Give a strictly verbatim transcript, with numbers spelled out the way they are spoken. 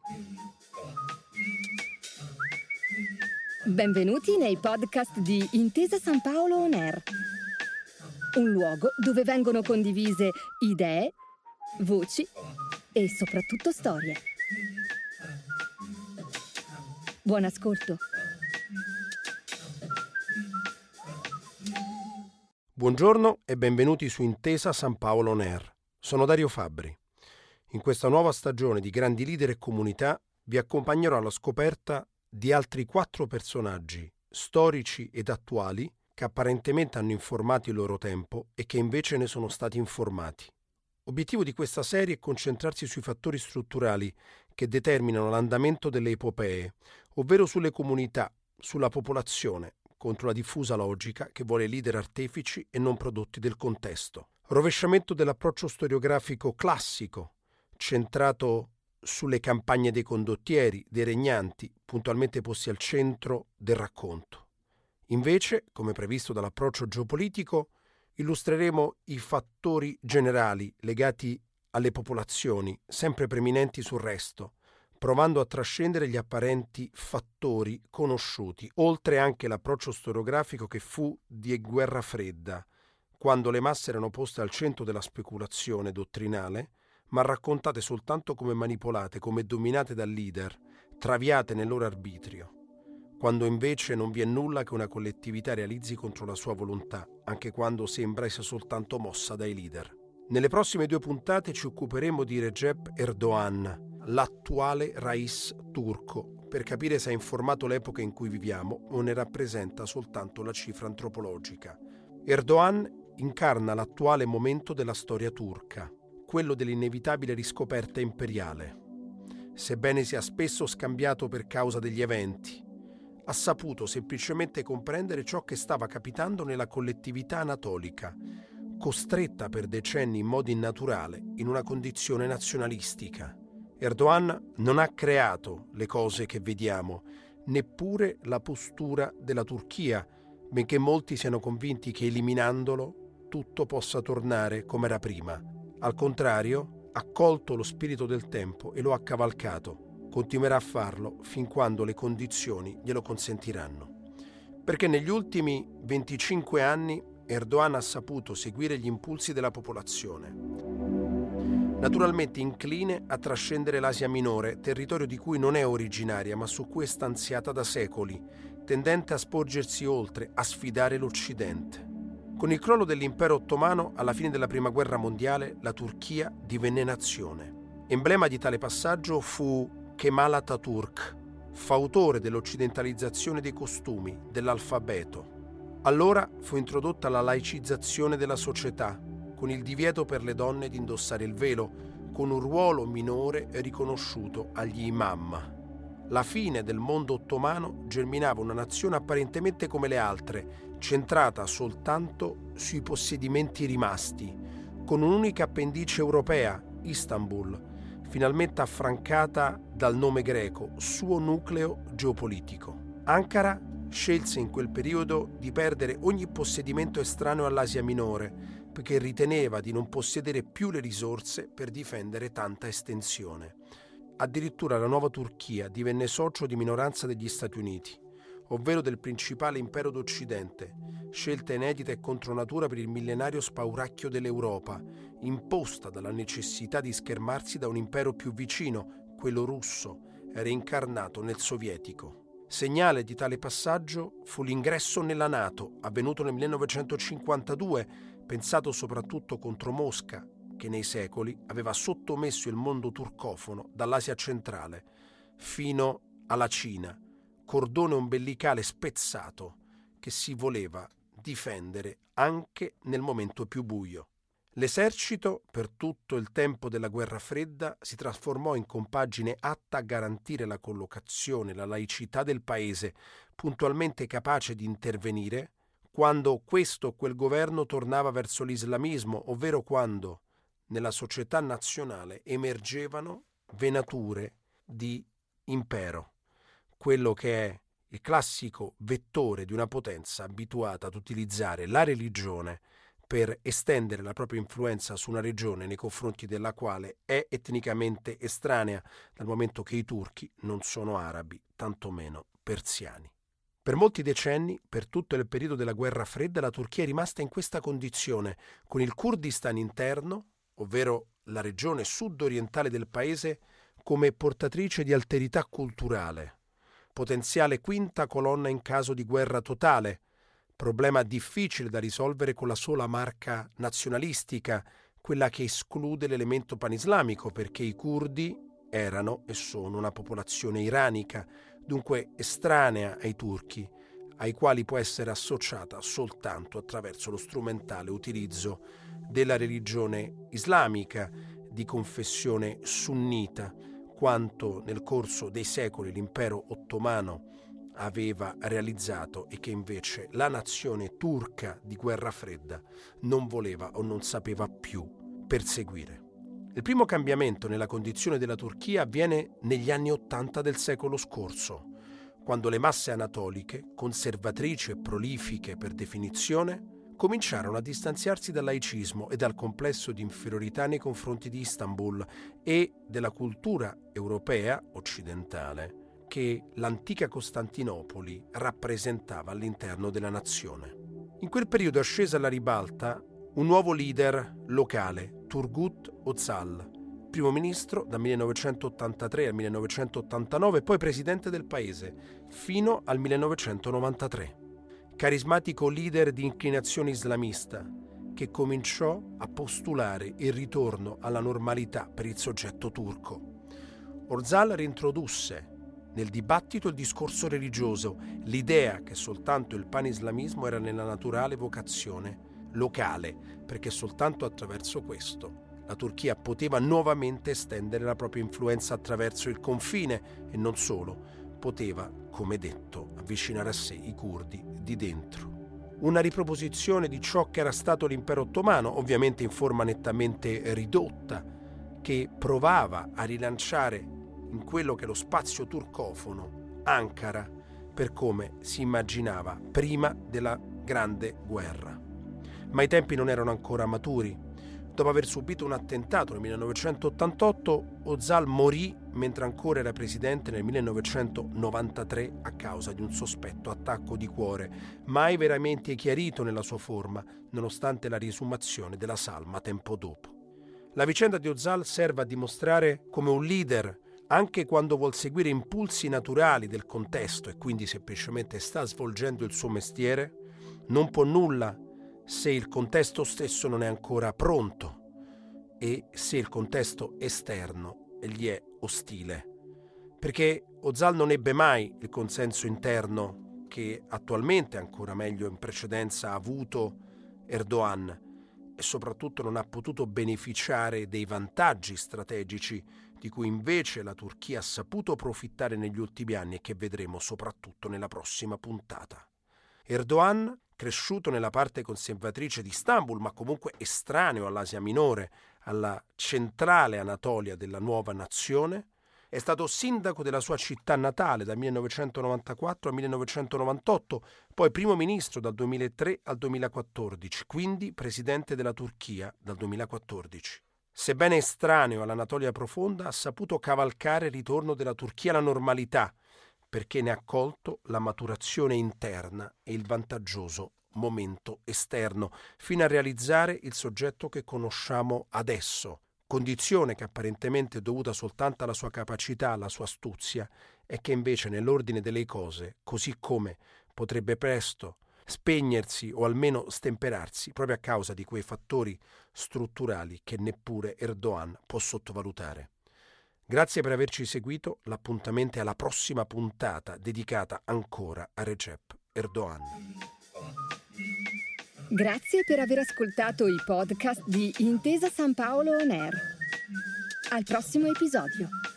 Benvenuti nei podcast di Intesa San Paolo On Air, un luogo dove vengono condivise idee, voci e soprattutto storie. Buon ascolto. Buongiorno e benvenuti su Intesa San Paolo On Air. Sono Dario Fabbri. In questa nuova stagione di grandi leader e comunità vi accompagnerò alla scoperta di altri quattro personaggi storici ed attuali che apparentemente hanno informato il loro tempo e che invece ne sono stati informati. L'obiettivo di questa serie è concentrarsi sui fattori strutturali che determinano l'andamento delle epopee, ovvero sulle comunità, sulla popolazione, contro la diffusa logica che vuole leader artefici e non prodotti del contesto. Rovesciamento dell'approccio storiografico classico, centrato sulle campagne dei condottieri, dei regnanti, puntualmente posti al centro del racconto. Invece, come previsto dall'approccio geopolitico, illustreremo i fattori generali legati alle popolazioni, sempre preminenti sul resto, provando a trascendere gli apparenti fattori conosciuti, oltre anche l'approccio storiografico che fu di guerra fredda, quando le masse erano poste al centro della speculazione dottrinale, ma raccontate soltanto come manipolate, come dominate dal leader, traviate nel loro arbitrio, quando invece non vi è nulla che una collettività realizzi contro la sua volontà, anche quando sembra sia soltanto mossa dai leader. Nelle prossime due puntate ci occuperemo di Recep Erdoğan, l'attuale Rais turco, per capire se ha informato l'epoca in cui viviamo o ne rappresenta soltanto la cifra antropologica. Erdoğan incarna l'attuale momento della storia turca, quello dell'inevitabile riscoperta imperiale. Sebbene sia spesso scambiato per causa degli eventi, ha saputo semplicemente comprendere ciò che stava capitando nella collettività anatolica, costretta per decenni in modo innaturale in una condizione nazionalistica. Erdoğan non ha creato le cose che vediamo, neppure la postura della Turchia, benché molti siano convinti che eliminandolo tutto possa tornare come era prima. Al contrario, ha colto lo spirito del tempo e lo ha cavalcato. Continuerà a farlo fin quando le condizioni glielo consentiranno. Perché negli ultimi venticinque anni Erdoğan ha saputo seguire gli impulsi della popolazione. Naturalmente incline a trascendere l'Asia Minore, territorio di cui non è originaria ma su cui è stanziata da secoli, tendente a sporgersi oltre, a sfidare l'Occidente. Con il crollo dell'impero ottomano, alla fine della Prima Guerra Mondiale, la Turchia divenne nazione. Emblema di tale passaggio fu Kemal Atatürk, fautore dell'occidentalizzazione dei costumi, dell'alfabeto. Allora fu introdotta la laicizzazione della società, con il divieto per le donne di indossare il velo, con un ruolo minore riconosciuto agli imam. La fine del mondo ottomano germinava una nazione apparentemente come le altre, centrata soltanto sui possedimenti rimasti, con un'unica appendice europea, Istanbul, finalmente affrancata dal nome greco, suo nucleo geopolitico. Ankara scelse in quel periodo di perdere ogni possedimento estraneo all'Asia Minore, perché riteneva di non possedere più le risorse per difendere tanta estensione. Addirittura la nuova Turchia divenne socio di minoranza degli Stati Uniti, ovvero del principale impero d'Occidente, scelta inedita e contro natura per il millenario spauracchio dell'Europa, imposta dalla necessità di schermarsi da un impero più vicino, quello russo, reincarnato nel sovietico. Segnale di tale passaggio fu l'ingresso nella NATO, avvenuto nel millenovecentocinquantadue, pensato soprattutto contro Mosca, che nei secoli aveva sottomesso il mondo turcofono dall'Asia centrale fino alla Cina, cordone ombelicale spezzato che si voleva difendere anche nel momento più buio. L'esercito, per tutto il tempo della guerra fredda, si trasformò in compagine atta a garantire la collocazione e la laicità del paese, puntualmente capace di intervenire quando questo o quel governo tornava verso l'islamismo, ovvero quando nella società nazionale emergevano venature di impero, quello che è il classico vettore di una potenza abituata ad utilizzare la religione per estendere la propria influenza su una regione nei confronti della quale è etnicamente estranea, dal momento che i turchi non sono arabi, tantomeno persiani. Per molti decenni, per tutto il periodo della guerra fredda, la Turchia è rimasta in questa condizione, con il Kurdistan interno, ovvero la regione sud-orientale del paese, come portatrice di alterità culturale, potenziale quinta colonna in caso di guerra totale, problema difficile da risolvere con la sola marca nazionalistica, quella che esclude l'elemento panislamico, perché i curdi erano e sono una popolazione iranica, dunque estranea ai turchi, ai quali può essere associata soltanto attraverso lo strumentale utilizzo della religione islamica di confessione sunnita, quanto nel corso dei secoli l'impero ottomano aveva realizzato e che invece la nazione turca di guerra fredda non voleva o non sapeva più perseguire. Il primo cambiamento nella condizione della Turchia avviene negli anni Ottanta del secolo scorso, quando le masse anatoliche, conservatrici e prolifiche per definizione, cominciarono a distanziarsi dal laicismo e dal complesso di inferiorità nei confronti di Istanbul e della cultura europea occidentale che l'antica Costantinopoli rappresentava all'interno della nazione. In quel periodo è scesa alla ribalta un nuovo leader locale, Turgut Özal, primo ministro dal millenovecentottantatré al millenovecentottantanove e poi presidente del paese fino al millenovecentonovantatré. Carismatico leader di inclinazione islamista che cominciò a postulare il ritorno alla normalità per il soggetto turco. Özal reintrodusse nel dibattito il discorso religioso, l'idea che soltanto il panislamismo era nella naturale vocazione locale, perché soltanto attraverso questo la Turchia poteva nuovamente estendere la propria influenza attraverso il confine e non solo, poteva, come detto, avvicinare a sé i curdi di dentro. Una riproposizione di ciò che era stato l'impero ottomano, ovviamente in forma nettamente ridotta, che provava a rilanciare in quello che è lo spazio turcofono, Ankara, per come si immaginava prima della Grande Guerra. Ma i tempi non erano ancora maturi. Dopo aver subito un attentato nel millenovecentottantotto, Özal morì mentre ancora era presidente nel millenovecentonovantatré a causa di un sospetto attacco di cuore, mai veramente chiarito nella sua forma, nonostante la riesumazione della salma tempo dopo. La vicenda di Özal serve a dimostrare come un leader, anche quando vuol seguire impulsi naturali del contesto e quindi semplicemente sta svolgendo il suo mestiere, non può nulla se il contesto stesso non è ancora pronto e se il contesto esterno gli è ostile. Perché Özal non ebbe mai il consenso interno che attualmente, ancora meglio in precedenza, ha avuto Erdogan e soprattutto non ha potuto beneficiare dei vantaggi strategici di cui invece la Turchia ha saputo approfittare negli ultimi anni e che vedremo soprattutto nella prossima puntata. Erdogan, cresciuto nella parte conservatrice di Istanbul, ma comunque estraneo all'Asia Minore, alla centrale Anatolia della nuova nazione, è stato sindaco della sua città natale dal millenovecentonovantaquattro al millenovecentonovantotto, poi primo ministro dal duemilatré al duemilaquattordici, quindi presidente della Turchia dal duemilaquattordici. Sebbene estraneo all'Anatolia profonda, ha saputo cavalcare il ritorno della Turchia alla normalità, perché ne ha colto la maturazione interna e il vantaggioso momento esterno, fino a realizzare il soggetto che conosciamo adesso, condizione che apparentemente è dovuta soltanto alla sua capacità, alla sua astuzia, e che invece nell'ordine delle cose, così come potrebbe presto spegnersi o almeno stemperarsi proprio a causa di quei fattori strutturali che neppure Erdogan può sottovalutare. Grazie per averci seguito, l'appuntamento è alla prossima puntata dedicata ancora a Recep Erdogan. Grazie per aver ascoltato i podcast di Intesa San Paolo On Air. Al prossimo episodio.